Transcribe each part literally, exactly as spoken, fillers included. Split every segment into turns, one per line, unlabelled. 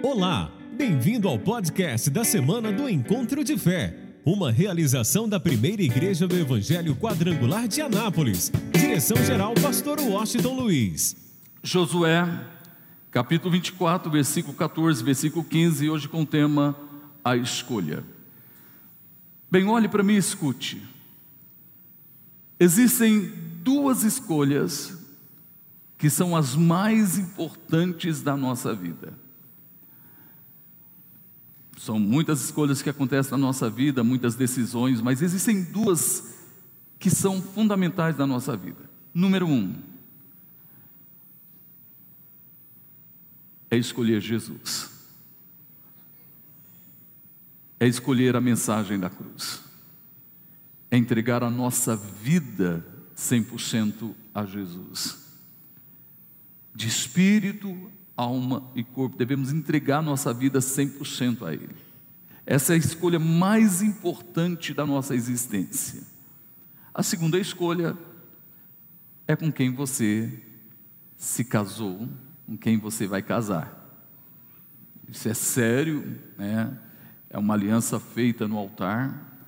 Olá, bem-vindo ao podcast da Semana do Encontro de Fé, uma realização da primeira igreja do Evangelho Quadrangular de Anápolis. Direção-geral, pastor Washington Luiz.
Josué, capítulo vinte e quatro, versículo quatorze, versículo quinze, e hoje com o tema A Escolha. Bem, olhe para mim e escute. Existem duas escolhas que são as mais importantes da nossa vida. São muitas escolhas que acontecem na nossa vida, muitas decisões, mas existem duas que são fundamentais na nossa vida. Número um, é escolher Jesus. É escolher a mensagem da cruz. É entregar a nossa vida cem por cento a Jesus. De espírito, alma e corpo, devemos entregar nossa vida cem por cento a Ele. Essa é a escolha mais importante da nossa existência. A segunda escolha é com quem você se casou, com quem você vai casar. Isso é sério, né? É uma aliança feita no altar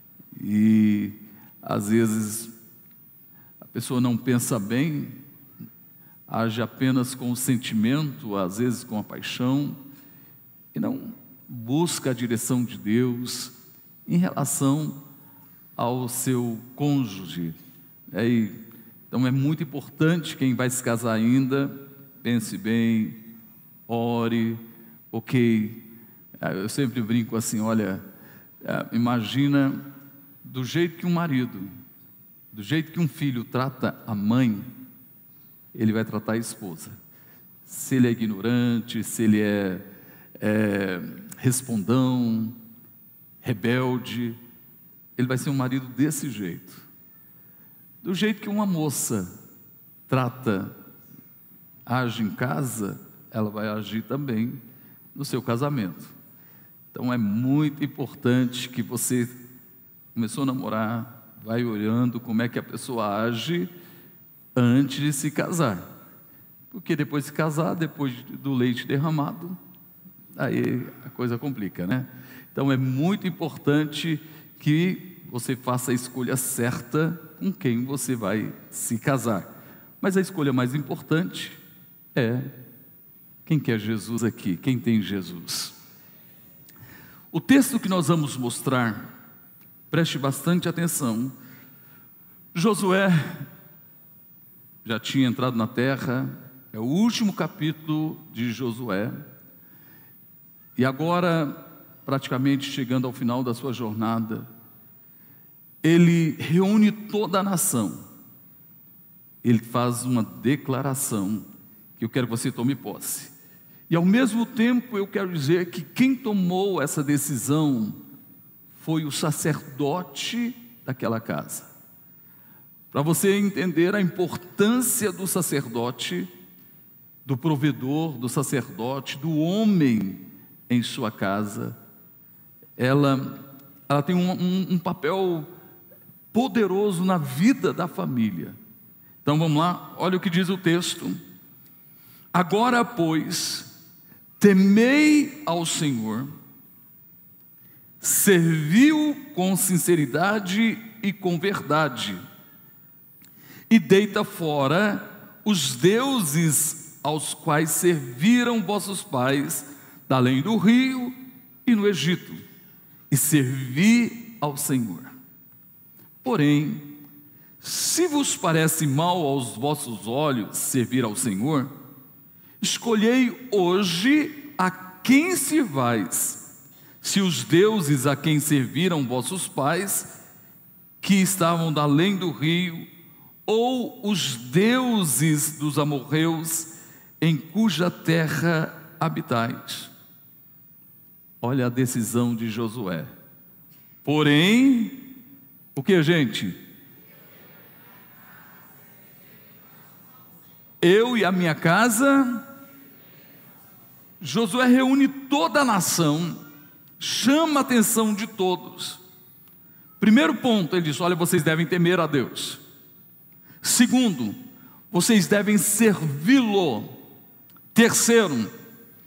e às vezes a pessoa não pensa bem, age apenas com o sentimento, às vezes com a paixão, e não busca a direção de Deus em relação ao seu cônjuge. É, então é muito importante, quem vai se casar ainda, pense bem, ore, ok. Eu sempre brinco assim, olha, imagina do jeito que um marido, do jeito que um filho trata a mãe, ele vai tratar a esposa. Se ele é ignorante, se ele é, é respondão, rebelde, ele vai ser um marido desse jeito. Do jeito que uma moça trata, age em casa, ela vai agir também no seu casamento. Então é muito importante que você começou a namorar, vai olhando como é que a pessoa age antes de se casar, porque depois de se casar, depois do leite derramado, aí a coisa complica, né? Então é muito importante que você faça a escolha certa com quem você vai se casar. Mas a escolha mais importante é quem quer Jesus aqui, quem tem Jesus. O texto que nós vamos mostrar, preste bastante atenção. Josué já tinha entrado na terra, é o último capítulo de Josué, e agora, praticamente chegando ao final da sua jornada, ele reúne toda a nação, ele faz uma declaração, que eu quero que você tome posse, e ao mesmo tempo eu quero dizer que quem tomou essa decisão foi o sacerdote daquela casa. Para você entender a importância do sacerdote, do provedor, do sacerdote, do homem em sua casa, ela, ela tem um, um, um papel poderoso na vida da família. Então vamos lá, olha o que diz o texto. Agora, pois, temei ao Senhor, serviu com sinceridade e com verdade, e deita fora os deuses aos quais serviram vossos pais, da além do rio e no Egito, e servi ao Senhor. Porém, se vos parece mal aos vossos olhos servir ao Senhor, escolhei hoje a quem servais, se os deuses a quem serviram vossos pais, que estavam da além do rio, ou os deuses dos amorreus, em cuja terra habitais. Olha a decisão de Josué. Porém, o que, gente? Eu e a minha casa. Josué reúne toda a nação, chama a atenção de todos. Primeiro ponto, ele diz: olha, vocês devem temer a Deus. Segundo, vocês devem servi-lo. Terceiro,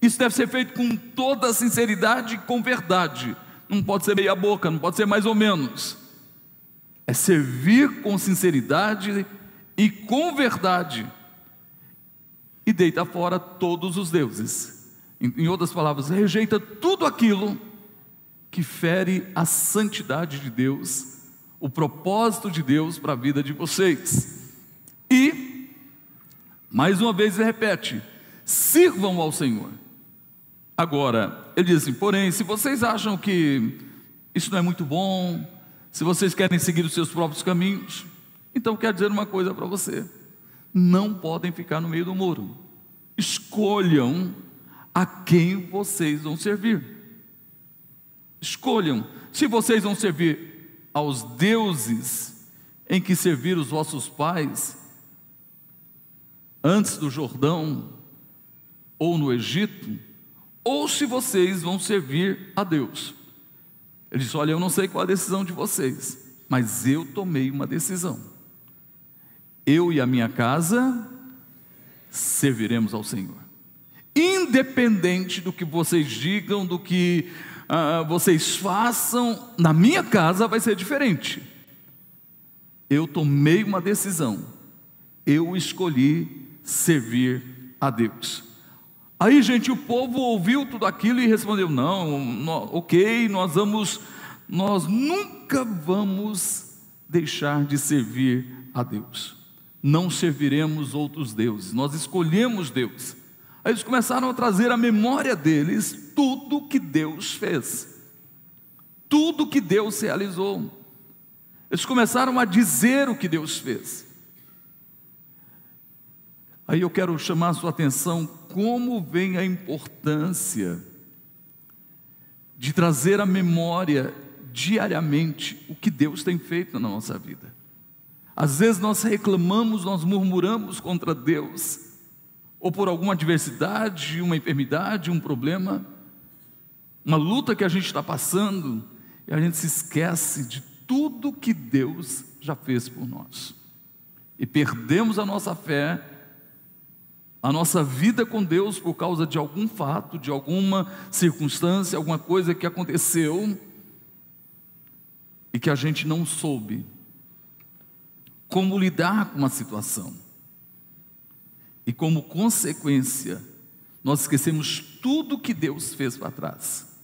Isso deve ser feito com toda a sinceridade e com verdade. Não pode ser meia boca, não pode ser mais ou menos. É servir com sinceridade e com verdade. E deita fora todos os deuses. Em outras palavras, rejeita tudo aquilo que fere a santidade de Deus, o propósito de Deus para a vida de vocês. E, mais uma vez ele repete, sirvam ao Senhor. Agora, ele diz assim, porém, se vocês acham que isso não é muito bom, se vocês querem seguir os seus próprios caminhos, então quero dizer uma coisa para você, não podem ficar no meio do muro, escolham a quem vocês vão servir, escolham, se vocês vão servir aos deuses em que serviram os vossos pais, antes do Jordão, ou no Egito, ou se vocês vão servir a Deus. Ele disse, olha, eu não sei qual a decisão de vocês, mas eu tomei uma decisão, eu e a minha casa serviremos ao Senhor, independente do que vocês digam, do que uh, vocês façam, na minha casa vai ser diferente, eu tomei uma decisão, eu escolhi servir a Deus. Aí, gente, o povo ouviu tudo aquilo e respondeu, não, no, ok, nós vamos, nós nunca vamos deixar de servir a Deus, não serviremos outros deuses, nós escolhemos Deus. Aí eles começaram a trazer à memória deles tudo que Deus fez, tudo que Deus realizou, eles começaram a dizer o que Deus fez. Aí eu quero chamar a sua atenção, como vem a importância de trazer à memória diariamente o que Deus tem feito na nossa vida. Às vezes nós reclamamos, nós murmuramos contra Deus, ou por alguma adversidade, uma enfermidade, um problema, uma luta que a gente está passando, e a gente se esquece de tudo que Deus já fez por nós, e perdemos a nossa fé, a nossa vida com Deus por causa de algum fato, de alguma circunstância, alguma coisa que aconteceu e que a gente não soube como lidar com uma situação. E como consequência, nós esquecemos tudo que Deus fez para trás.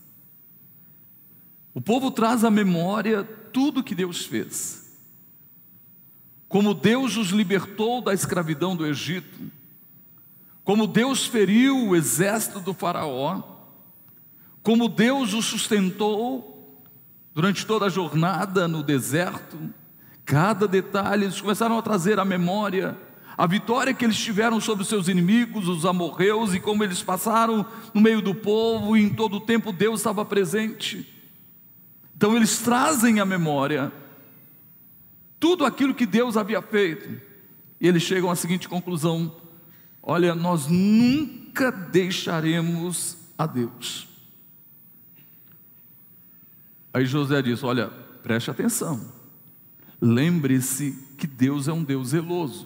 O povo traz à memória tudo que Deus fez. Como Deus os libertou da escravidão do Egito, como Deus feriu o exército do faraó, como Deus o sustentou durante toda a jornada no deserto, cada detalhe, eles começaram a trazer à memória a vitória que eles tiveram sobre os seus inimigos, os amorreus, e como eles passaram no meio do povo, e em todo o tempo Deus estava presente. Então eles trazem à memória tudo aquilo que Deus havia feito, e eles chegam à seguinte conclusão, olha, nós nunca deixaremos a Deus. Aí José diz, olha, preste atenção, lembre-se que Deus é um Deus zeloso,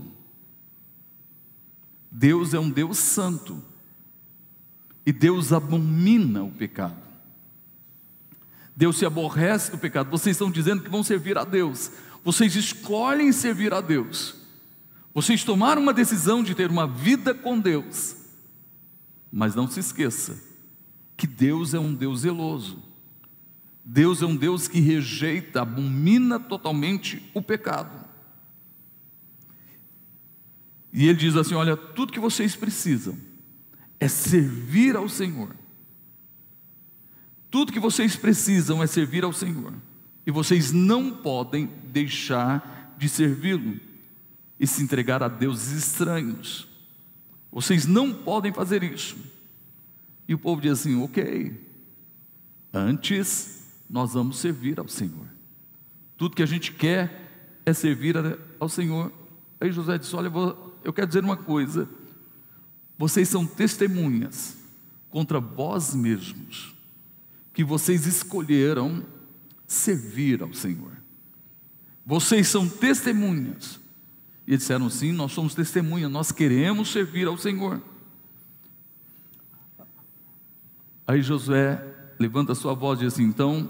Deus é um Deus santo, e Deus abomina o pecado, Deus se aborrece do pecado. Vocês estão dizendo que vão servir a Deus, vocês escolhem servir a Deus, vocês tomaram uma decisão de ter uma vida com Deus, mas não se esqueça que Deus é um Deus zeloso, Deus é um Deus que rejeita, abomina totalmente o pecado. E ele diz assim, olha, tudo que vocês precisam é servir ao Senhor, tudo que vocês precisam é servir ao Senhor, e vocês não podem deixar de servi-lo e se entregar a deuses estranhos, vocês não podem fazer isso. E o povo diz assim, ok, antes nós vamos servir ao Senhor, tudo que a gente quer é servir ao Senhor. Aí José disse, olha, eu quero dizer uma coisa, vocês são testemunhas contra vós mesmos, que vocês escolheram servir ao Senhor, vocês são testemunhas. E eles disseram, sim, nós somos testemunhas, nós queremos servir ao Senhor. Aí Josué levanta a sua voz e diz assim: então,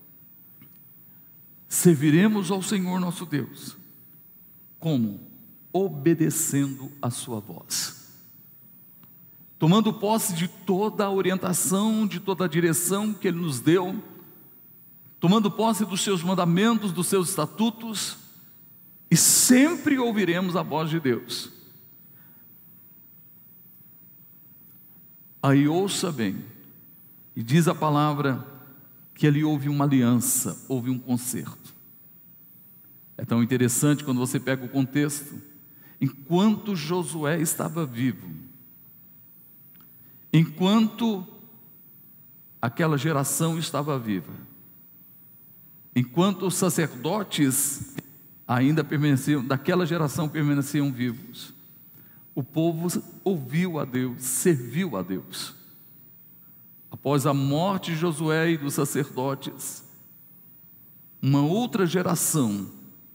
serviremos ao Senhor nosso Deus. Como? Obedecendo a sua voz, tomando posse de toda a orientação, de toda a direção que Ele nos deu, tomando posse dos seus mandamentos, dos seus estatutos, e sempre ouviremos a voz de Deus. Aí ouça bem, e diz a palavra que ali houve uma aliança, houve um concerto. É tão interessante quando você pega o contexto. Enquanto Josué estava vivo, enquanto aquela geração estava viva, enquanto os sacerdotes ainda permaneciam, daquela geração permaneciam vivos, o povo ouviu a Deus, serviu a Deus. Após a morte de Josué e dos sacerdotes, uma outra geração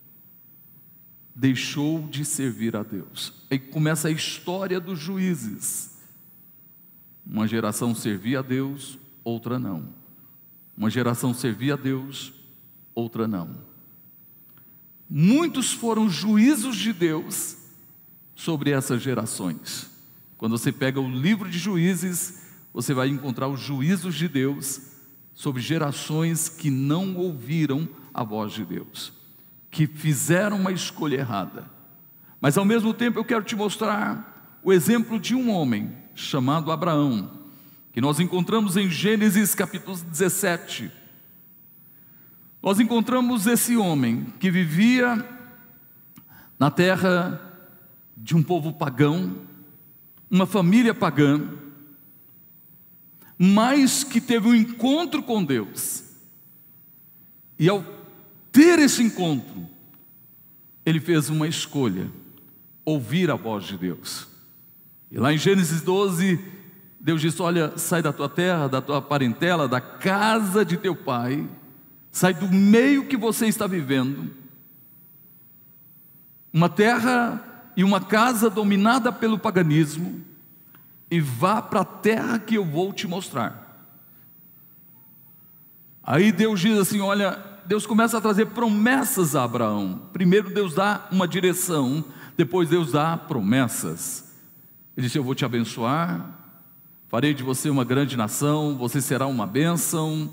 deixou de servir a Deus. Aí começa a história dos juízes. Uma geração servia a Deus, outra não. Uma geração servia a Deus, outra não. Muitos foram juízos de Deus sobre essas gerações. Quando você pega o livro de Juízes, você vai encontrar os juízos de Deus sobre gerações que não ouviram a voz de Deus, que fizeram uma escolha errada. Mas ao mesmo tempo eu quero te mostrar o exemplo de um homem chamado Abraão, que nós encontramos em Gênesis capítulo dezessete. Nós encontramos esse homem que vivia na terra de um povo pagão, uma família pagã, mas que teve um encontro com Deus. E ao ter esse encontro, ele fez uma escolha: ouvir a voz de Deus. E lá em Gênesis doze, Deus disse: olha, sai da tua terra, da tua parentela, da casa de teu pai, sai do meio que você está vivendo, uma terra e uma casa dominada pelo paganismo, e vá para a terra que eu vou te mostrar. Aí Deus diz assim, olha, Deus começa a trazer promessas a Abraão. Primeiro Deus dá uma direção, depois Deus dá promessas. Ele disse: eu vou te abençoar, farei de você uma grande nação, você será uma bênção,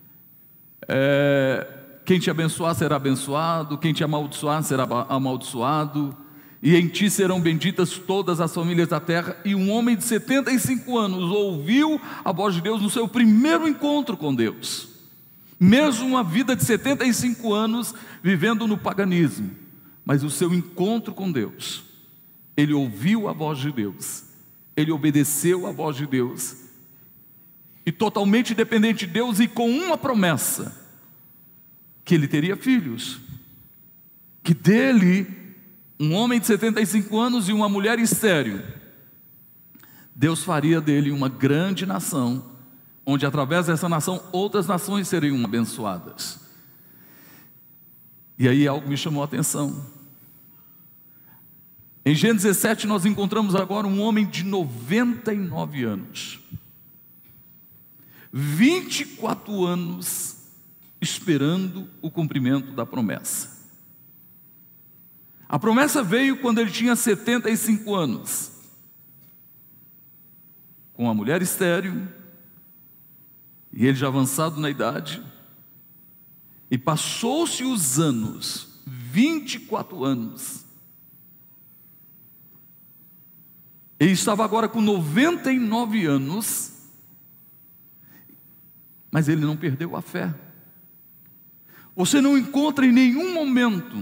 é, quem te abençoar será abençoado, quem te amaldiçoar será amaldiçoado, e em ti serão benditas todas as famílias da terra. E um homem de setenta e cinco anos ouviu a voz de Deus no seu primeiro encontro com Deus, mesmo uma vida de setenta e cinco anos vivendo no paganismo, mas o seu encontro com Deus, ele ouviu a voz de Deus, ele obedeceu a voz de Deus, e totalmente dependente de Deus, e com uma promessa, que ele teria filhos, que dele, um homem de setenta e cinco anos e uma mulher estéril, Deus faria dele uma grande nação, onde através dessa nação outras nações seriam abençoadas. E aí algo me chamou a atenção. Em Gênesis dezessete nós encontramos agora um homem de noventa e nove anos, vinte e quatro anos esperando o cumprimento da promessa. A promessa veio quando ele tinha setenta e cinco anos, com a mulher estéril, e ele já avançado na idade, e passou-se os anos, vinte e quatro anos, ele estava agora com noventa e nove anos, mas ele não perdeu a fé. Você não encontra em nenhum momento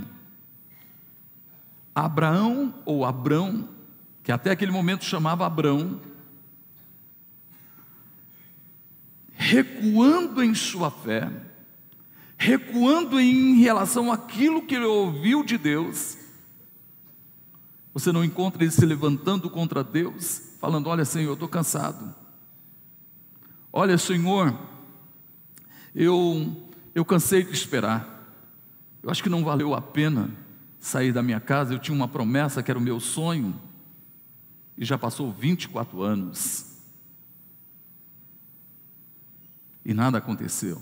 Abraão ou Abrão, que até aquele momento chamava Abrão, recuando em sua fé, recuando em relação àquilo que ele ouviu de Deus. Você não encontra ele se levantando contra Deus, falando: olha, Senhor, eu estou cansado, olha, Senhor, eu, eu cansei de esperar, eu acho que não valeu a pena sair da minha casa, eu tinha uma promessa que era o meu sonho, e já passou vinte e quatro anos. e nada aconteceu.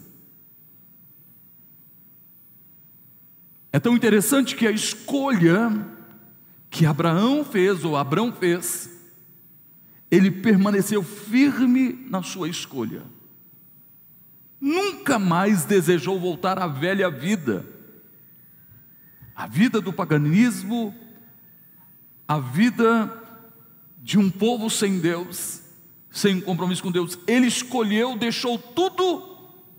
É tão interessante que a escolha que Abraão fez, ou Abrão fez, ele permaneceu firme na sua escolha. Nunca mais desejou voltar à velha vida, a vida do paganismo, a vida de um povo sem Deus, sem um compromisso com Deus. Ele escolheu, deixou tudo,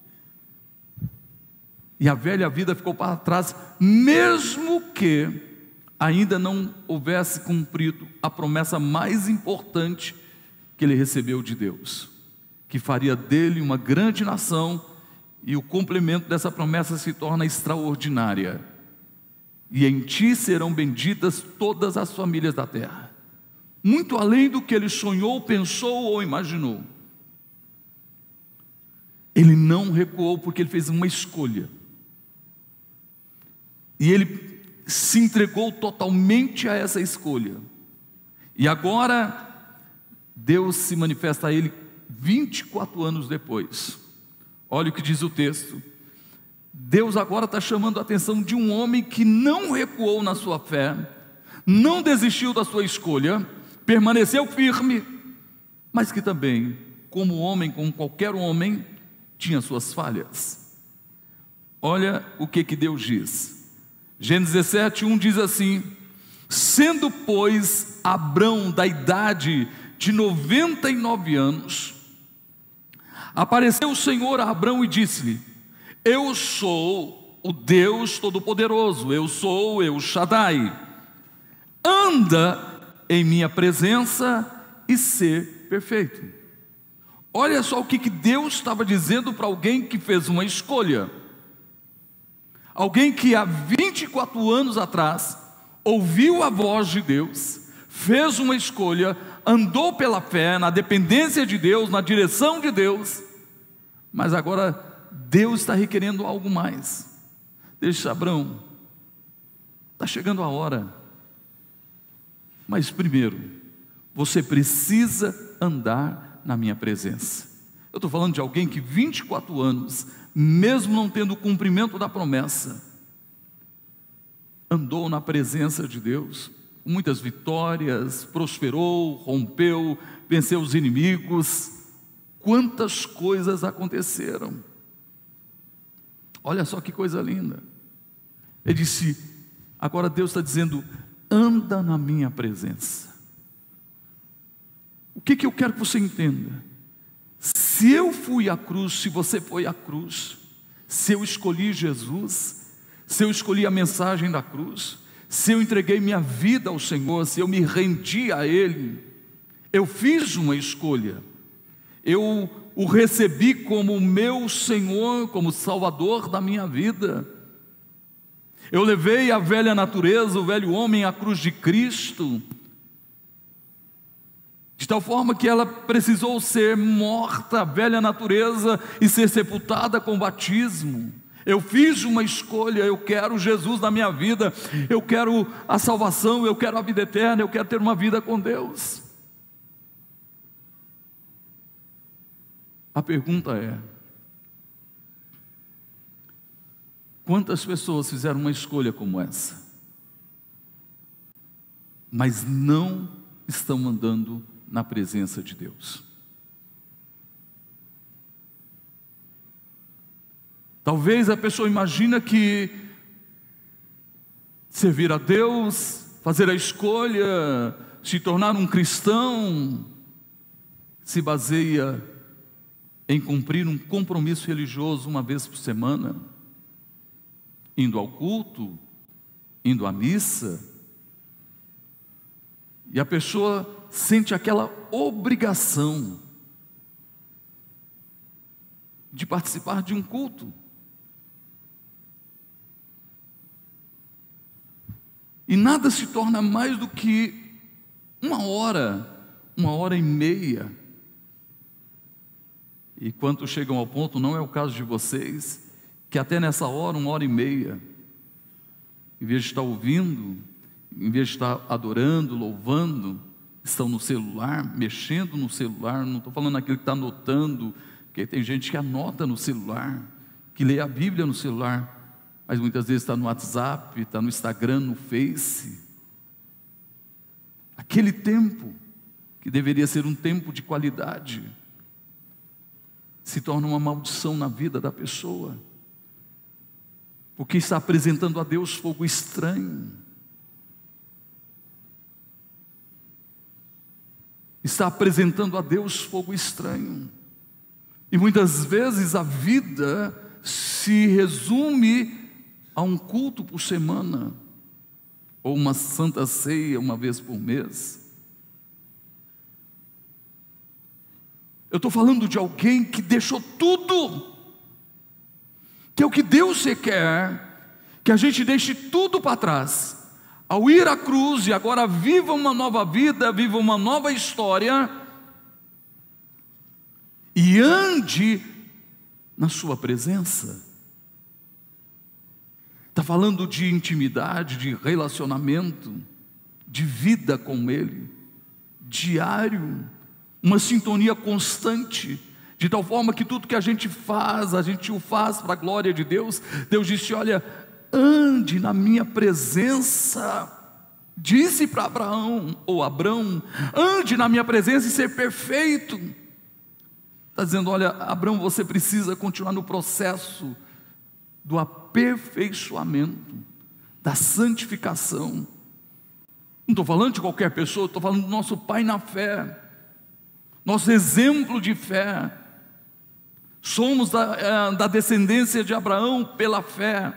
e a velha vida ficou para trás, mesmo que ainda não houvesse cumprido a promessa mais importante que ele recebeu de Deus, que faria dele uma grande nação, e o cumprimento dessa promessa se torna extraordinária: e em ti serão benditas todas as famílias da terra. Muito além do que ele sonhou, pensou ou imaginou. Ele não recuou, porque ele fez uma escolha, e ele se entregou totalmente a essa escolha. E agora Deus se manifesta a ele vinte e quatro anos depois. Olha o que diz o texto. Deus agora está chamando a atenção de um homem que não recuou na sua fé, não desistiu da sua escolha, permaneceu firme, mas que também, como homem, como qualquer homem, tinha suas falhas. Olha o que que Deus diz. Gênesis dezessete, um diz assim: sendo, pois, Abrão da idade de noventa e nove anos, apareceu o Senhor a Abrão e disse-lhe: eu sou o Deus Todo-Poderoso, eu sou El Shaddai, anda em minha presença e ser perfeito. Olha só o que que Deus estava dizendo para alguém que fez uma escolha. Alguém que há vinte e quatro anos atrás ouviu a voz de Deus, fez uma escolha, andou pela fé, na dependência de Deus, na direção de Deus, mas agora Deus está requerendo algo mais. Deixa, Abrão, está chegando a hora, mas primeiro, você precisa andar na minha presença. Eu estou falando de alguém que vinte e quatro anos, mesmo não tendo o cumprimento da promessa, andou na presença de Deus, com muitas vitórias, prosperou, rompeu, venceu os inimigos. Quantas coisas aconteceram! Olha só que coisa linda. Ele disse, agora Deus está dizendo: anda na minha presença. O que que eu quero que você entenda? Se eu fui à cruz, se você foi à cruz, se eu escolhi Jesus, se eu escolhi a mensagem da cruz, se eu entreguei minha vida ao Senhor, se eu me rendi a Ele, eu fiz uma escolha, eu o recebi como meu Senhor, como Salvador da minha vida. Eu levei a velha natureza, o velho homem à cruz de Cristo, de tal forma que ela precisou ser morta, a velha natureza, e ser sepultada com batismo. Eu fiz uma escolha, eu quero Jesus na minha vida, eu quero a salvação, eu quero a vida eterna, eu quero ter uma vida com Deus. A pergunta é: quantas pessoas fizeram uma escolha como essa, mas não estão andando na presença de Deus? Talvez a pessoa imagina que servir a Deus, fazer a escolha, se tornar um cristão, se baseia em cumprir um compromisso religioso uma vez por semana, indo ao culto, indo à missa, e a pessoa sente aquela obrigação de participar de um culto. E nada se torna mais do que uma hora, uma hora e meia. E quantos chegam ao ponto, não é o caso de vocês, que até nessa hora, uma hora e meia, em vez de estar ouvindo, em vez de estar adorando, louvando, estão no celular, mexendo no celular. Não estou falando aquele que está anotando, porque tem gente que anota no celular, que lê a Bíblia no celular, mas muitas vezes está no WhatsApp, está no Instagram, no Face. Aquele tempo, que deveria ser um tempo de qualidade, se torna uma maldição na vida da pessoa, porque está apresentando a Deus fogo estranho, está apresentando a Deus fogo estranho, e muitas vezes a vida se resume a um culto por semana, ou uma santa ceia uma vez por mês. Eu estou falando de alguém que deixou tudo, que é o que Deus quer, que a gente deixe tudo para trás, ao ir à cruz e agora viva uma nova vida, viva uma nova história, e ande na sua presença. Está falando de intimidade, de relacionamento, de vida com Ele, diário, uma sintonia constante, de tal forma que tudo que a gente faz, a gente o faz para a glória de Deus. Deus disse: olha, ande na minha presença. Disse para Abraão, ou Abrão, ande na minha presença e ser perfeito. Está dizendo: olha, Abrão, você precisa continuar no processo do aperfeiçoamento, da santificação. Não estou falando de qualquer pessoa, estou falando do nosso pai na fé, nosso exemplo de fé. Somos da, da descendência de Abraão pela fé.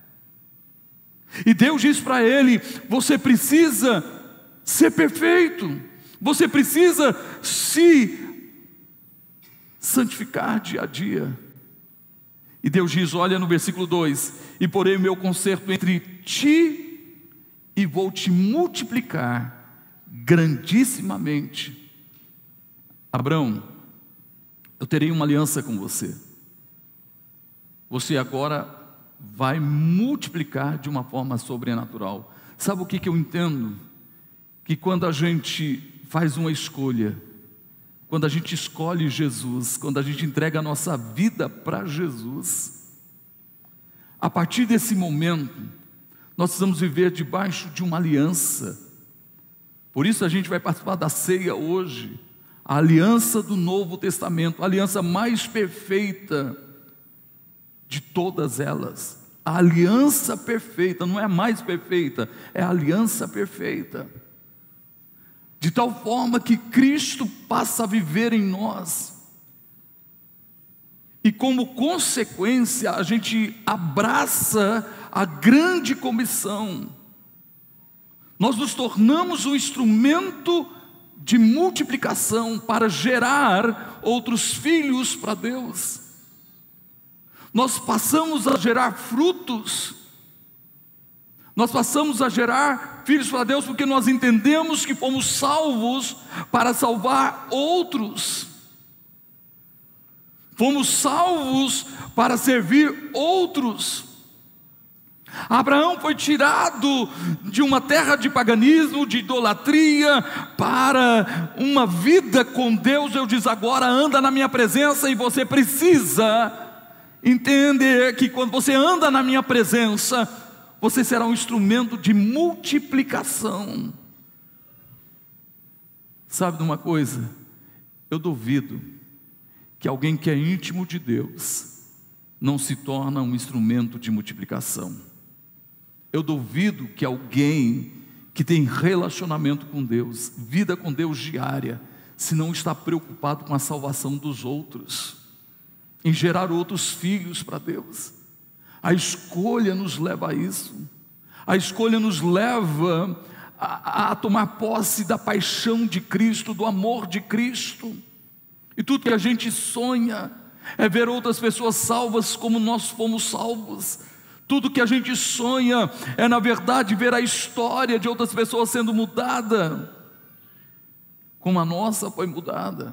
E Deus diz para ele: você precisa ser perfeito, você precisa se santificar dia a dia. E Deus diz, olha no versículo dois: e porei o meu conserto entre ti e vou te multiplicar grandissimamente. Abrão, eu terei uma aliança com você. Você agora vai multiplicar de uma forma sobrenatural. Sabe o que, que eu entendo? Que quando a gente faz uma escolha, quando a gente escolhe Jesus, quando a gente entrega a nossa vida para Jesus, a partir desse momento, nós precisamos viver debaixo de uma aliança. Por isso a gente vai participar da ceia hoje, a aliança do Novo Testamento, a aliança mais perfeita de todas elas. A aliança perfeita, não é a mais perfeita, é a aliança perfeita. De tal forma que Cristo passa a viver em nós, e como consequência a gente abraça a grande comissão. Nós nos tornamos um instrumento de multiplicação para gerar outros filhos para Deus. Nós passamos a gerar frutos, nós passamos a gerar filhos para Deus, porque nós entendemos que fomos salvos para salvar outros. Fomos salvos para servir outros. Abraão foi tirado de uma terra de paganismo, de idolatria, para uma vida com Deus. Eu diz agora, anda na minha presença, e você precisa entender que quando você anda na minha presença, você será um instrumento de multiplicação. Sabe de uma coisa? Eu duvido que alguém que é íntimo de Deus não se torna um instrumento de multiplicação. Eu duvido que alguém que tem relacionamento com Deus, vida com Deus diária, se não está preocupado com a salvação dos outros, em gerar outros filhos para Deus. A escolha nos leva a isso. A escolha nos leva a, a tomar posse da paixão de Cristo, do amor de Cristo. E tudo que a gente sonha é ver outras pessoas salvas como nós fomos salvos. Tudo que a gente sonha é, na verdade, ver a história de outras pessoas sendo mudada, como a nossa foi mudada.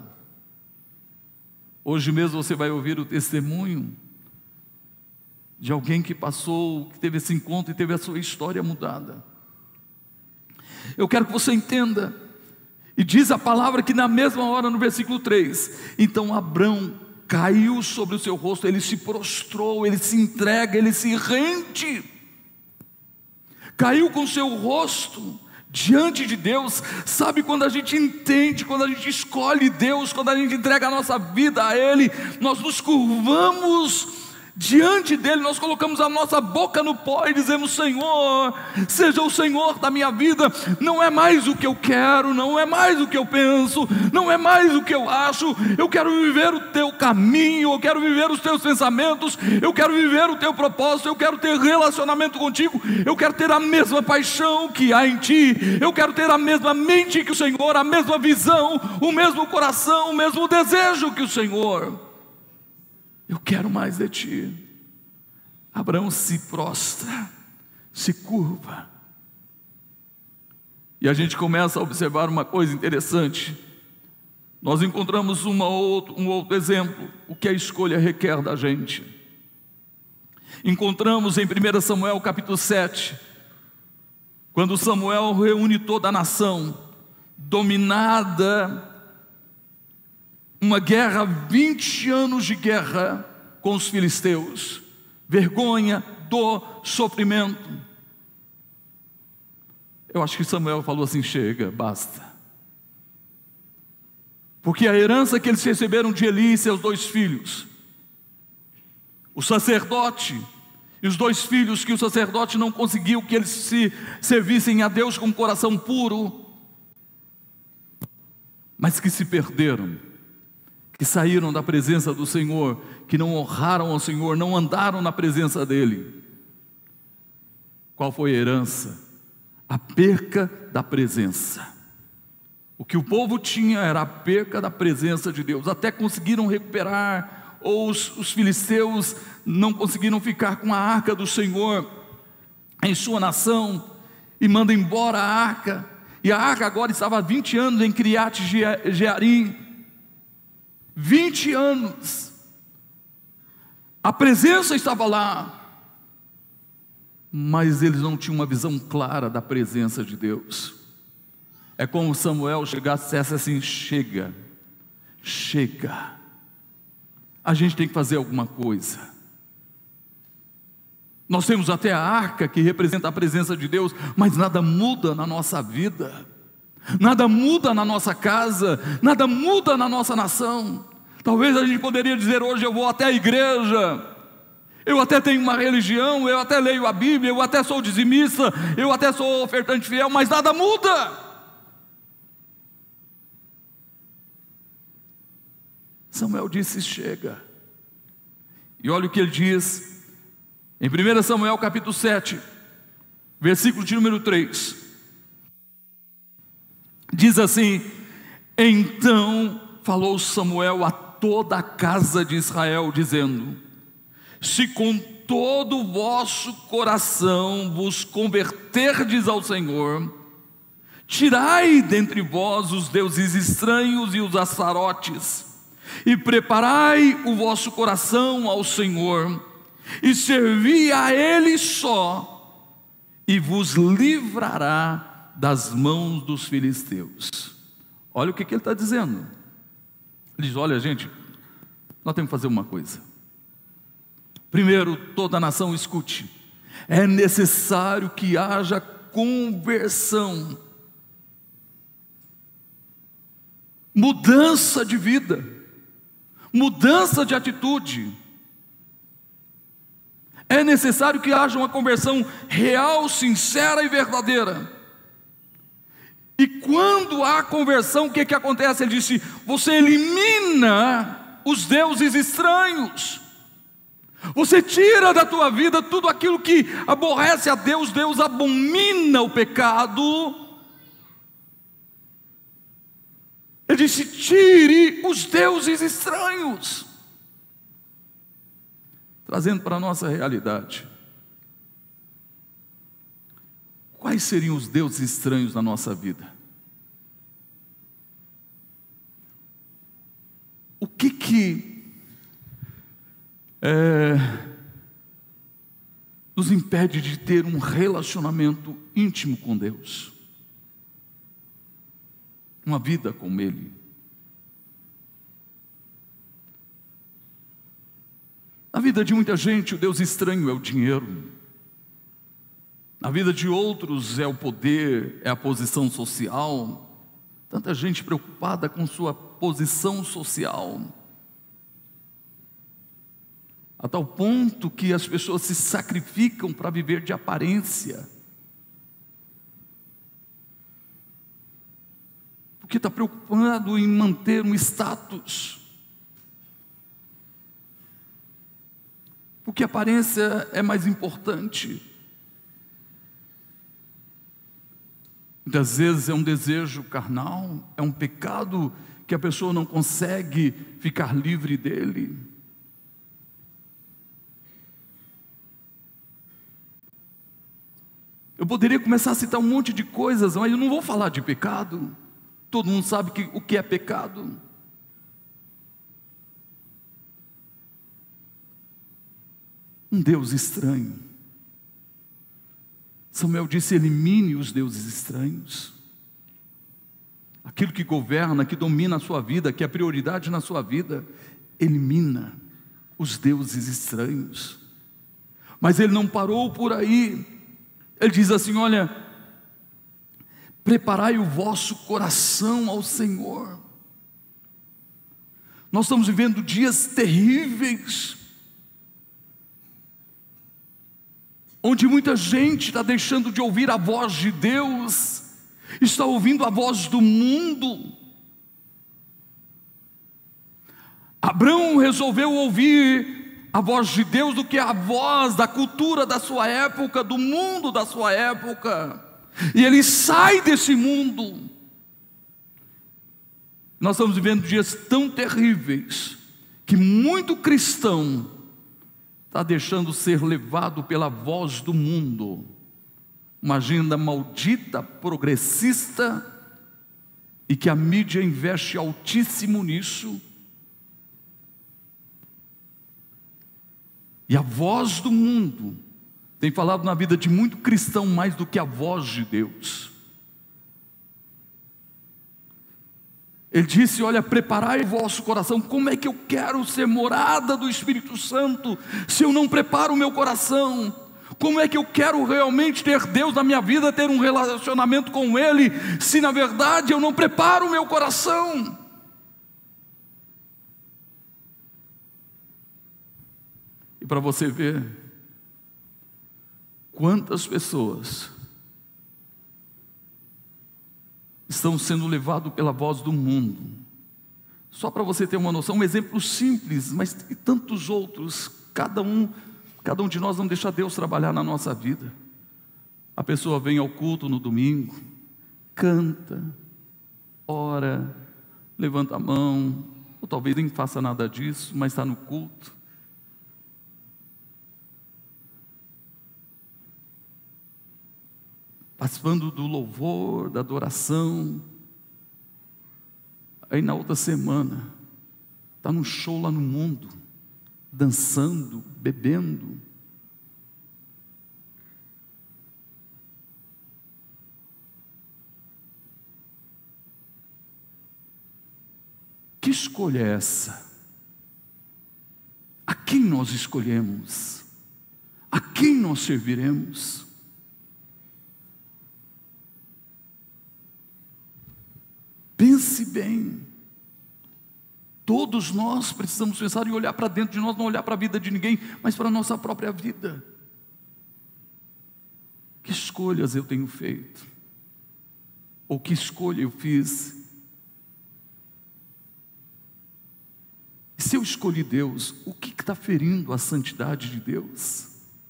Hoje mesmo você vai ouvir o testemunho de alguém que passou, que teve esse encontro e teve a sua história mudada. Eu quero que você entenda, e diz a palavra que na mesma hora, no versículo três, então Abrão caiu sobre o seu rosto, ele se prostrou, ele se entrega, ele se rende, caiu com o seu rosto diante de Deus. Sabe, quando a gente entende, quando a gente escolhe Deus, quando a gente entrega a nossa vida a Ele, nós nos curvamos diante dEle, nós colocamos a nossa boca no pó e dizemos: Senhor, seja o Senhor da minha vida. Não é mais o que eu quero, não é mais o que eu penso, não é mais o que eu acho. Eu quero viver o teu caminho, eu quero viver os teus pensamentos, eu quero viver o teu propósito, eu quero ter relacionamento contigo, eu quero ter a mesma paixão que há em ti, eu quero ter a mesma mente que o Senhor, a mesma visão, o mesmo coração, o mesmo desejo que o Senhor. Eu quero mais de ti. Abraão se prostra, se curva. E a gente começa a observar uma coisa interessante. Nós encontramos uma outro, um outro exemplo, o que a escolha requer da gente. Encontramos em primeiro Samuel capítulo sete, quando Samuel reúne toda a nação, dominada, uma guerra, vinte anos de guerra com os filisteus, vergonha, dor, sofrimento. Eu acho que Samuel falou assim: chega, basta. Porque a herança que eles receberam de Eli e seus dois filhos, o sacerdote e os dois filhos que o sacerdote não conseguiu que eles se servissem a Deus com um coração puro, mas que se perderam, que saíram da presença do Senhor, que não honraram ao Senhor, não andaram na presença dEle. Qual foi a herança? A perca da presença. O que o povo tinha era a perca da presença de Deus. Até conseguiram recuperar, ou os, os filisteus não conseguiram ficar com a arca do Senhor em sua nação, e mandam embora a arca, e a arca agora estava há vinte anos em Criate Jearim, vinte anos, a presença estava lá, mas eles não tinham uma visão clara da presença de Deus. É como Samuel chegasse e dissesse assim: chega, chega, a gente tem que fazer alguma coisa. Nós temos até a arca que representa a presença de Deus, mas nada muda na nossa vida, nada muda na nossa casa, nada muda na nossa nação. Talvez a gente poderia dizer hoje: eu vou até a igreja, eu até tenho uma religião, eu até leio a Bíblia, eu até sou dizimista, eu até sou ofertante fiel, mas nada muda. Samuel disse: chega. E olha o que ele diz em primeiro Samuel capítulo sete, versículo de número três. Diz assim: então falou Samuel a toda a casa de Israel, dizendo: se com todo o vosso coração vos converterdes ao Senhor, tirai dentre vós os deuses estranhos e os astarotes, e preparai o vosso coração ao Senhor, e servi a Ele só, e vos livrará das mãos dos filisteus. Olha o que, que ele está dizendo. Ele diz: olha, gente, nós temos que fazer uma coisa. Primeiro, toda a nação escute. É necessário que haja conversão, mudança de vida, mudança de atitude. É necessário que haja uma conversão real, sincera e verdadeira. E quando há conversão, o que, que acontece? Ele disse: você elimina os deuses estranhos, você tira da tua vida tudo aquilo que aborrece a Deus. Deus abomina o pecado. Ele disse: tire os deuses estranhos. Trazendo para a nossa realidade, quais seriam os deuses estranhos na nossa vida? O que que é, nos impede de ter um relacionamento íntimo com Deus, uma vida com Ele? Na vida de muita gente, o Deus estranho é o dinheiro. Na vida de outros é o poder, é a posição social. Tanta gente preocupada com sua posição social, a tal ponto que as pessoas se sacrificam para viver de aparência, porque está preocupado em manter um status, porque a aparência é mais importante. Muitas vezes é um desejo carnal, é um pecado que a pessoa não consegue ficar livre dele. Eu poderia começar a citar um monte de coisas, mas eu não vou falar de pecado. Todo mundo sabe que, o que é pecado. Um Deus estranho. Samuel disse: elimine os deuses estranhos. Aquilo que governa, que domina a sua vida, que é prioridade na sua vida, elimina os deuses estranhos. Mas ele não parou por aí. Ele diz assim: olha, preparai o vosso coração ao Senhor. Nós estamos vivendo dias terríveis, onde muita gente está deixando de ouvir a voz de Deus, está ouvindo a voz do mundo. Abraão resolveu ouvir a voz de Deus do que a voz da cultura da sua época, do mundo da sua época, e ele sai desse mundo. Nós estamos vivendo dias tão terríveis, que muito cristão está deixando ser levado pela voz do mundo, uma agenda maldita, progressista, e que a mídia investe altíssimo nisso. E a voz do mundo tem falado na vida de muito cristão mais do que a voz de Deus. Ele disse: olha, preparai o vosso coração. Como é que eu quero ser morada do Espírito Santo se eu não preparo o meu coração? Como é que eu quero realmente ter Deus na minha vida, ter um relacionamento com Ele, se na verdade eu não preparo o meu coração? E para você ver quantas pessoas estão sendo levados pela voz do mundo. Só para você ter uma noção, um exemplo simples, mas e tantos outros. Cada um, cada um de nós não deixa Deus trabalhar na nossa vida. A pessoa vem ao culto no domingo, canta, ora, levanta a mão, ou talvez nem faça nada disso, mas está no culto. Participando do louvor, da adoração. Aí na outra semana está num show lá no mundo, dançando, bebendo. Que escolha é essa? A quem nós escolhemos? A quem nós serviremos? Pense bem. Todos nós precisamos pensar e olhar para dentro de nós, não olhar para a vida de ninguém, mas para a nossa própria vida. Que escolhas eu tenho feito? Ou que escolha eu fiz? E se eu escolhi Deus, o que está ferindo a santidade de Deus?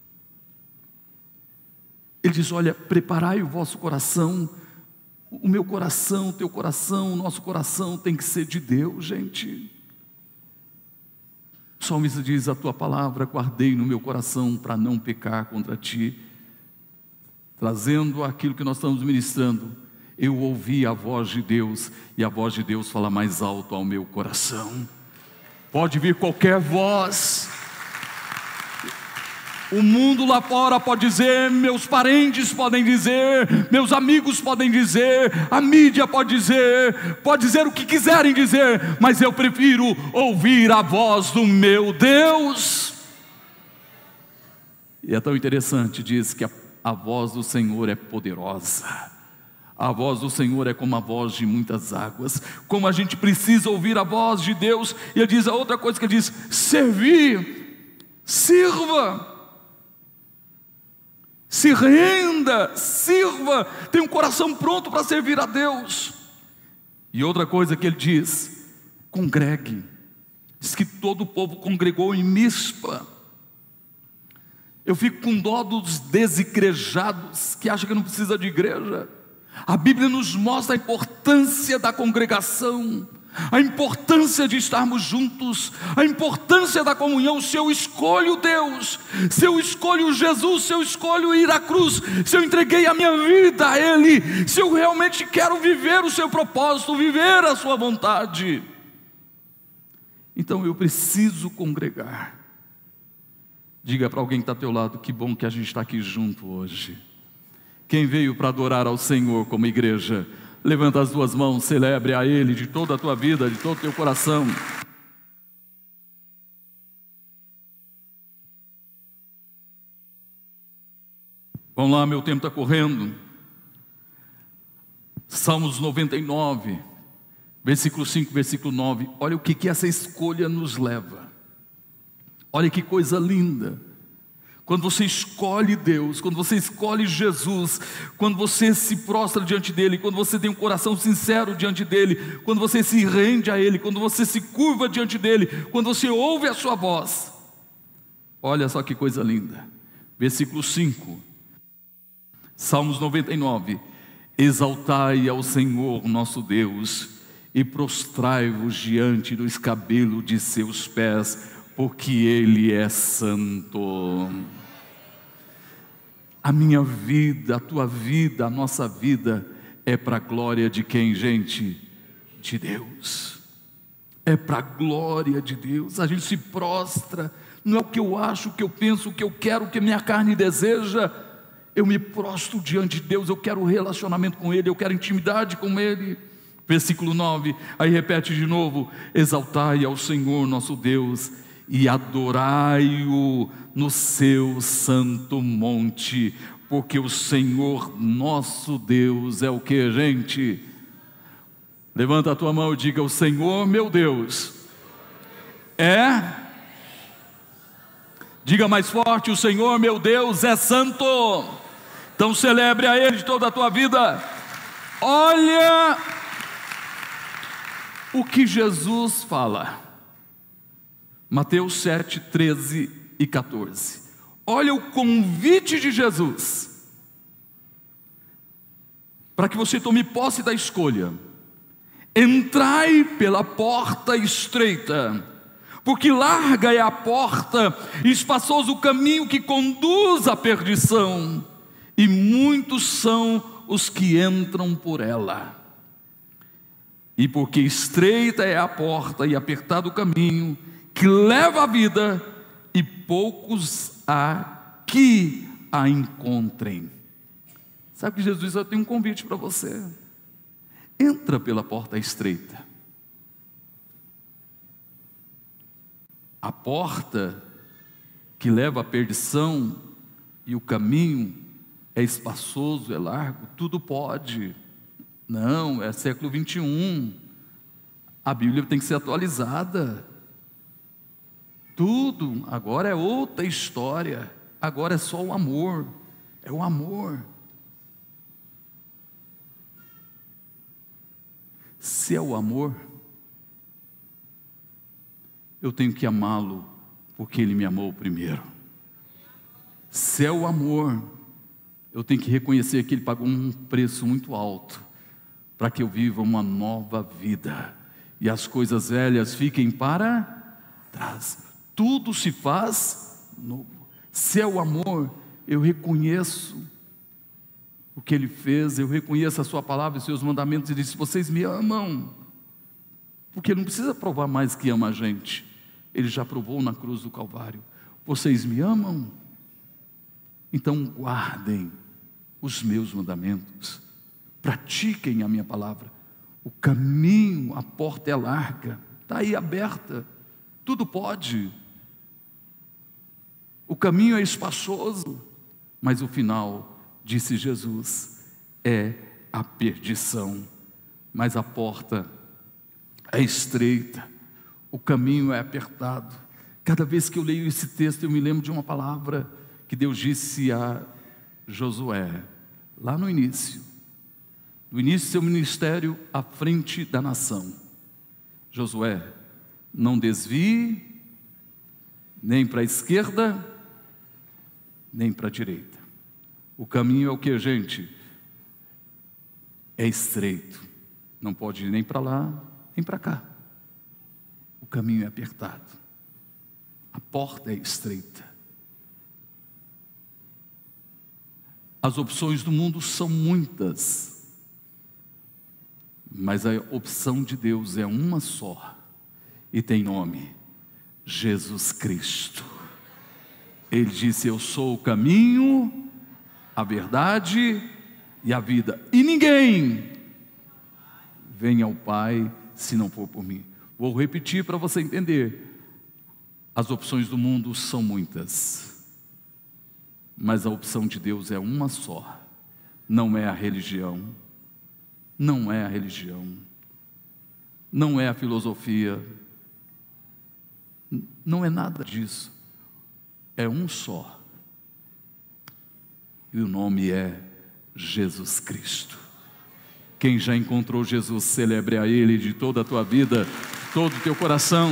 Ele diz: olha, preparai o vosso coração. O meu coração, o teu coração, o nosso coração tem que ser de Deus, gente. O salmista diz: a tua palavra guardei no meu coração para não pecar contra ti. Trazendo aquilo que nós estamos ministrando, eu ouvi a voz de Deus, e a voz de Deus fala mais alto ao meu coração. Pode vir qualquer voz, o mundo lá fora pode dizer, meus parentes podem dizer, meus amigos podem dizer, a mídia pode dizer, pode dizer o que quiserem dizer, mas eu prefiro ouvir a voz do meu Deus. E é tão interessante, diz que a, a voz do Senhor é poderosa. A voz do Senhor é como a voz de muitas águas. Como a gente precisa ouvir a voz de Deus. E ele diz a outra coisa que ele diz: servir, sirva, se renda, sirva, tenha um coração pronto para servir a Deus. E outra coisa que ele diz: congregue. Diz que todo o povo congregou em Mispa. Eu fico com dó dos desigrejados que acham que não precisa de igreja. A Bíblia nos mostra a importância da congregação, a importância de estarmos juntos, a importância da comunhão. Se eu escolho Deus, se eu escolho Jesus, se eu escolho ir à cruz, se eu entreguei a minha vida a Ele, se eu realmente quero viver o seu propósito, viver a sua vontade, então eu preciso congregar. Diga para alguém que está ao teu lado: que bom que a gente está aqui junto hoje. Quem veio para adorar ao Senhor como igreja, levanta as duas mãos, celebre a Ele de toda a tua vida, de todo o teu coração. Vamos lá, meu tempo está correndo. Salmos noventa e nove, versículo cinco, versículo nove. Olha o que, que essa escolha nos leva. Olha que coisa linda. Quando você escolhe Deus, quando você escolhe Jesus, quando você se prostra diante dEle, quando você tem um coração sincero diante dEle, quando você se rende a Ele, quando você se curva diante dEle, quando você ouve a sua voz, olha só que coisa linda. Versículo cinco, Salmos noventa e nove. Exaltai ao Senhor nosso Deus e prostrai-vos diante do escabelo de seus pés, porque Ele é santo. A minha vida, a tua vida, a nossa vida é para a glória de quem, gente? De Deus. É para a glória de Deus. A gente se prostra, não é o que eu acho, o que eu penso, o que eu quero, o que minha carne deseja. Eu me prostro diante de Deus, eu quero relacionamento com Ele, eu quero intimidade com Ele. Versículo nove, aí repete de novo: exaltai ao Senhor nosso Deus e adorai-o no seu santo monte, porque o Senhor nosso Deus é o que, gente? Levanta a tua mão e diga: o Senhor meu Deus é... Diga mais forte: o Senhor meu Deus é santo. Então celebre a Ele de toda a tua vida. Olha o que Jesus fala, Mateus sete, treze e quatorze. Olha o convite de Jesus, para que você tome posse da escolha. Entrai pela porta estreita, porque larga é a porta e espaçoso o caminho que conduz à perdição, e muitos são os que entram por ela. E porque estreita é a porta e apertado o caminho que leva à vida, e poucos há que a encontrem. Sabe que Jesus só tem um convite para você: entra pela porta estreita. A porta que leva à perdição e o caminho é espaçoso, é largo, tudo pode. Não, é século vinte e um, a Bíblia tem que ser atualizada. Tudo agora é outra história, agora é só o amor, é o amor. Se é o amor, eu tenho que amá-lo, porque Ele me amou primeiro. Se é o amor, eu tenho que reconhecer que Ele pagou um preço muito alto, para que eu viva uma nova vida, e as coisas velhas fiquem para trás. Tudo se faz novo. Se é o amor, eu reconheço o que Ele fez, eu reconheço a sua palavra e seus mandamentos, e diz: vocês me amam, porque não precisa provar mais que ama a gente, Ele já provou na cruz do Calvário. Vocês me amam, então guardem os meus mandamentos, pratiquem a minha palavra. O caminho, a porta é larga, está aí aberta, tudo pode. O caminho é espaçoso, mas o final, disse Jesus, é a perdição. Mas a porta é estreita, o caminho é apertado. Cada vez que eu leio esse texto, eu me lembro de uma palavra que Deus disse a Josué, lá no início, no início do seu ministério à frente da nação. Josué, não desvie nem para a esquerda, nem para a direita. O caminho é o que, gente? É estreito. Não pode ir nem para lá, nem para cá. O caminho é apertado. A porta é estreita. As opções do mundo são muitas, mas a opção de Deus é uma só, e tem nome: Jesus Cristo. Ele disse: eu sou o caminho, a verdade e a vida, e ninguém vem ao Pai se não for por mim. Vou repetir para você entender. As opções do mundo são muitas, mas a opção de Deus é uma só. Não é a religião, não é a religião, não é a filosofia, não é nada disso. É um só, e o nome é Jesus Cristo. Quem já encontrou Jesus, celebre a Ele de toda a tua vida, todo o teu coração.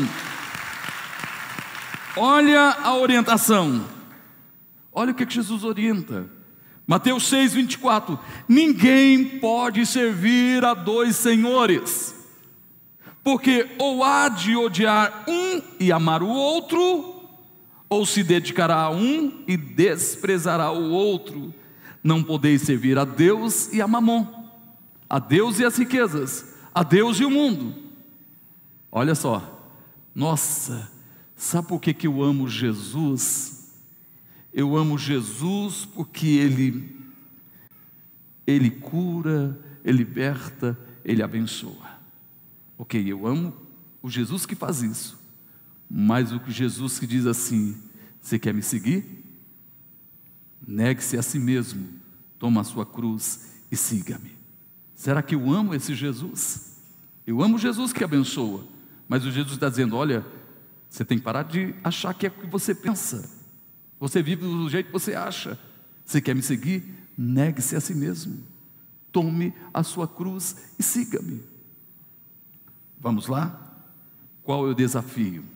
Olha a orientação, olha o que Jesus orienta. Mateus seis, vinte e quatro, ninguém pode servir a dois senhores, porque ou há de odiar um e amar o outro, ou se dedicará a um e desprezará o outro. Não podeis servir a Deus e a Mamon, a Deus e as riquezas, a Deus e o mundo. Olha só, nossa, sabe por que que eu amo Jesus? Eu amo Jesus porque Ele, Ele cura, Ele liberta, Ele abençoa. Ok, eu amo o Jesus que faz isso, mas o Jesus que diz assim: você quer me seguir? Negue-se a si mesmo, toma a sua cruz e siga-me. Será que eu amo esse Jesus? Eu amo Jesus que abençoa, mas o Jesus está dizendo: olha, você tem que parar de achar que é o que você pensa, você vive do jeito que você acha. Você quer me seguir? Negue-se a si mesmo, tome a sua cruz e siga-me. Vamos lá? Qual é o desafio?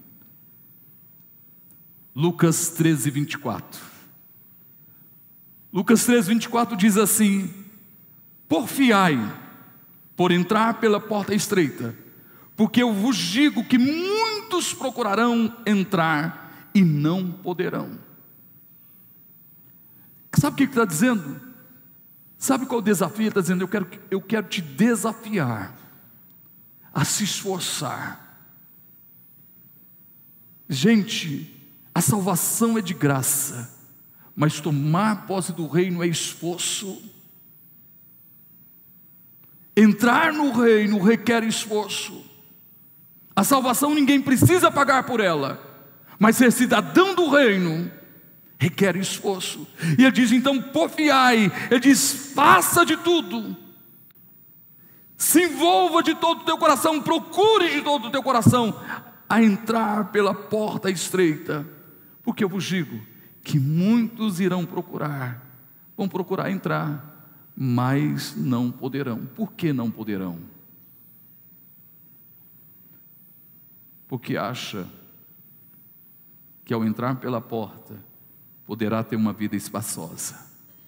Lucas treze, vinte e quatro. Lucas treze, vinte e quatro diz assim: porfiai por entrar pela porta estreita, porque eu vos digo que muitos procurarão entrar e não poderão. Sabe o que está dizendo? Sabe qual é o desafio? Ele está dizendo: eu quero, eu quero te desafiar a se esforçar. Gente, a salvação é de graça, mas tomar posse do reino é esforço. Entrar no reino requer esforço. A salvação ninguém precisa pagar por ela, mas ser cidadão do reino requer esforço. E ele diz então: porfiai. Ele diz: faça de tudo, se envolva de todo o teu coração, procure de todo o teu coração a entrar pela porta estreita, porque eu vos digo que muitos irão procurar, vão procurar entrar, mas não poderão. Por que não poderão? Porque acha que ao entrar pela porta poderá ter uma vida espaçosa,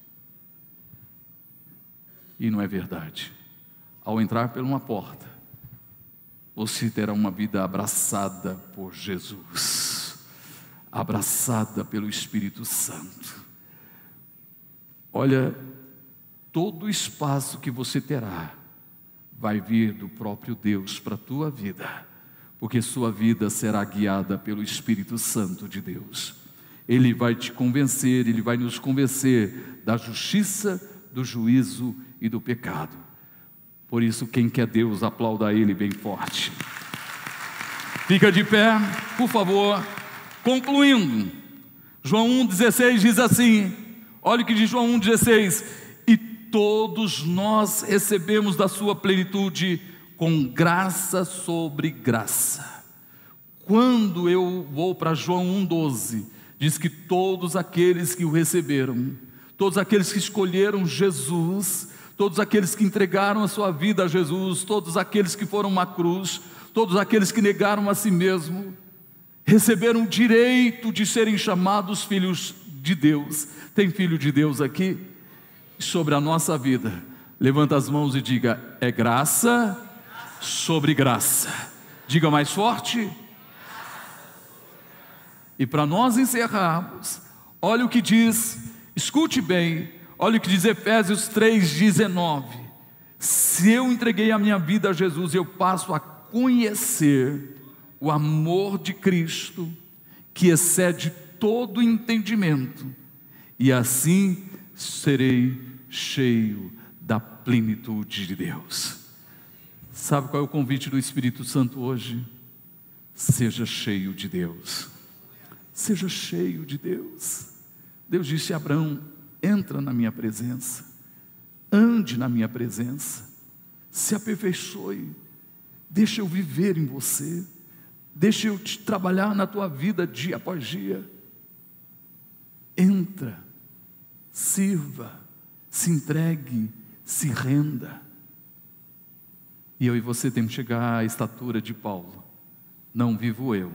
e não é verdade. Ao entrar por uma porta, você terá uma vida abraçada por Jesus, abraçada pelo Espírito Santo. Olha, todo o espaço que você terá vai vir do próprio Deus para a tua vida, porque sua vida será guiada pelo Espírito Santo de Deus. Ele vai te convencer, Ele vai nos convencer da justiça, do juízo e do pecado. Por isso, quem quer Deus, aplauda Ele bem forte. Fica de pé, por favor. Concluindo, João um dezesseis diz assim, olha o que diz João um dezesseis: e todos nós recebemos da sua plenitude com graça sobre graça. Quando eu vou para João um doze, diz que todos aqueles que o receberam, todos aqueles que escolheram Jesus, todos aqueles que entregaram a sua vida a Jesus, todos aqueles que foram uma cruz, todos aqueles que negaram a si mesmo, receberam o direito de serem chamados filhos de Deus. Tem filho de Deus aqui? Sobre a nossa vida, levanta as mãos e diga: é graça sobre graça. Diga mais forte. E para nós encerrarmos, olha o que diz, escute bem, olha o que diz Efésios três dezenove: se eu entreguei a minha vida a Jesus, eu passo a conhecer o amor de Cristo, que excede todo entendimento, e assim serei cheio da plenitude de Deus. Sabe qual é o convite do Espírito Santo hoje? Seja cheio de Deus. Seja cheio de Deus. Deus disse a Abraão: entra na minha presença, ande na minha presença, se aperfeiçoe, deixa eu viver em você, deixa eu te trabalhar na tua vida dia após dia. Entra, sirva, se entregue, se renda. E eu e você temos que chegar à estatura de Paulo: não vivo eu,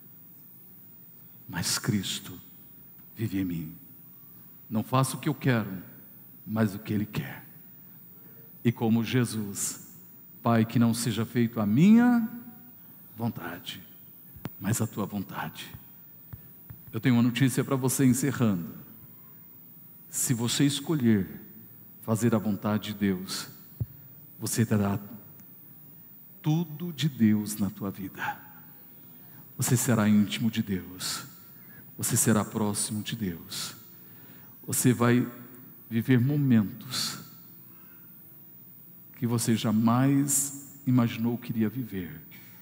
mas Cristo vive em mim. Não faço o que eu quero, mas o que Ele quer. E como Jesus: Pai, que não seja feito a minha vontade, mas a tua vontade. Eu tenho uma notícia para você encerrando. Se você escolher fazer a vontade de Deus, você terá tudo de Deus na tua vida. Você será íntimo de Deus, você será próximo de Deus, você vai viver momentos que você jamais imaginou que iria viver.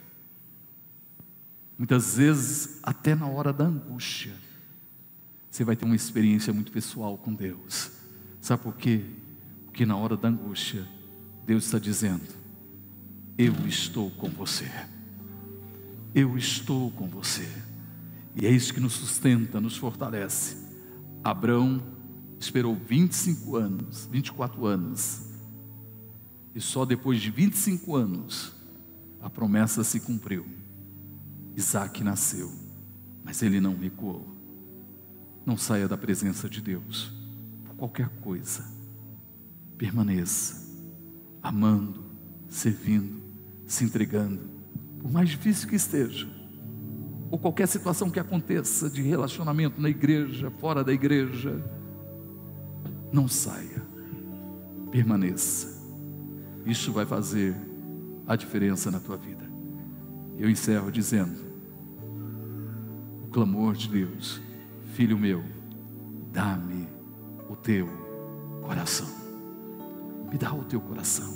Muitas vezes, até na hora da angústia, você vai ter uma experiência muito pessoal com Deus. Sabe por quê? Porque na hora da angústia, Deus está dizendo: eu estou com você, eu estou com você. E é isso que nos sustenta, nos fortalece. Abraão esperou vinte e cinco anos, vinte e quatro anos, e só depois de vinte e cinco anos a promessa se cumpriu. Isaac nasceu, mas ele não recuou. Não saia da presença de Deus por qualquer coisa. Permaneça amando, servindo, se entregando, por mais difícil que esteja, ou qualquer situação que aconteça de relacionamento na igreja, fora da igreja. Não saia, permaneça. Isso vai fazer a diferença na tua vida. Eu encerro dizendo o clamor de Deus: filho meu, dá-me o teu coração. Me dá o teu coração.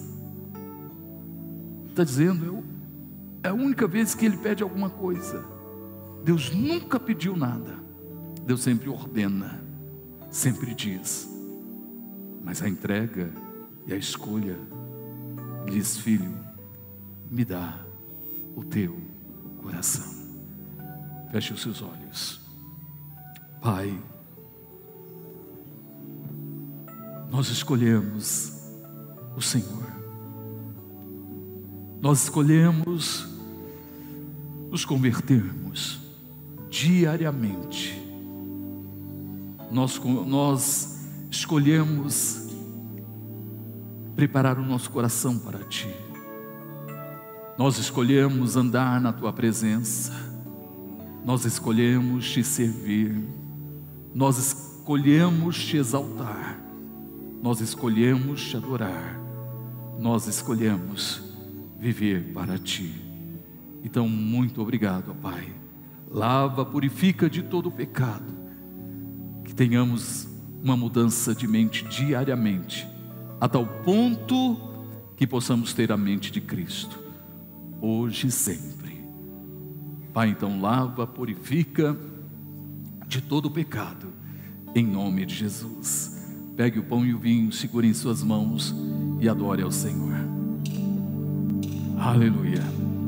Está dizendo, eu, é a única vez que ele pede alguma coisa. Deus nunca pediu nada. Deus sempre ordena, sempre diz. Mas a entrega e a escolha, ele diz: filho, me dá o teu coração. Feche os seus olhos. Pai, nós escolhemos o Senhor, nós escolhemos nos convertermos diariamente, nós, nós escolhemos preparar o nosso coração para Ti, nós escolhemos andar na Tua presença, nós escolhemos Te servir, nós escolhemos Te exaltar, nós escolhemos Te adorar, nós escolhemos viver para Ti. Então, muito obrigado, Pai. Lava, purifica de todo o pecado, que tenhamos uma mudança de mente diariamente, a tal ponto que possamos ter a mente de Cristo, hoje e sempre. Pai, então lava, purifica, de todo o pecado, em nome de Jesus. Pegue o pão e o vinho, segure em suas mãos e adore ao Senhor. Aleluia.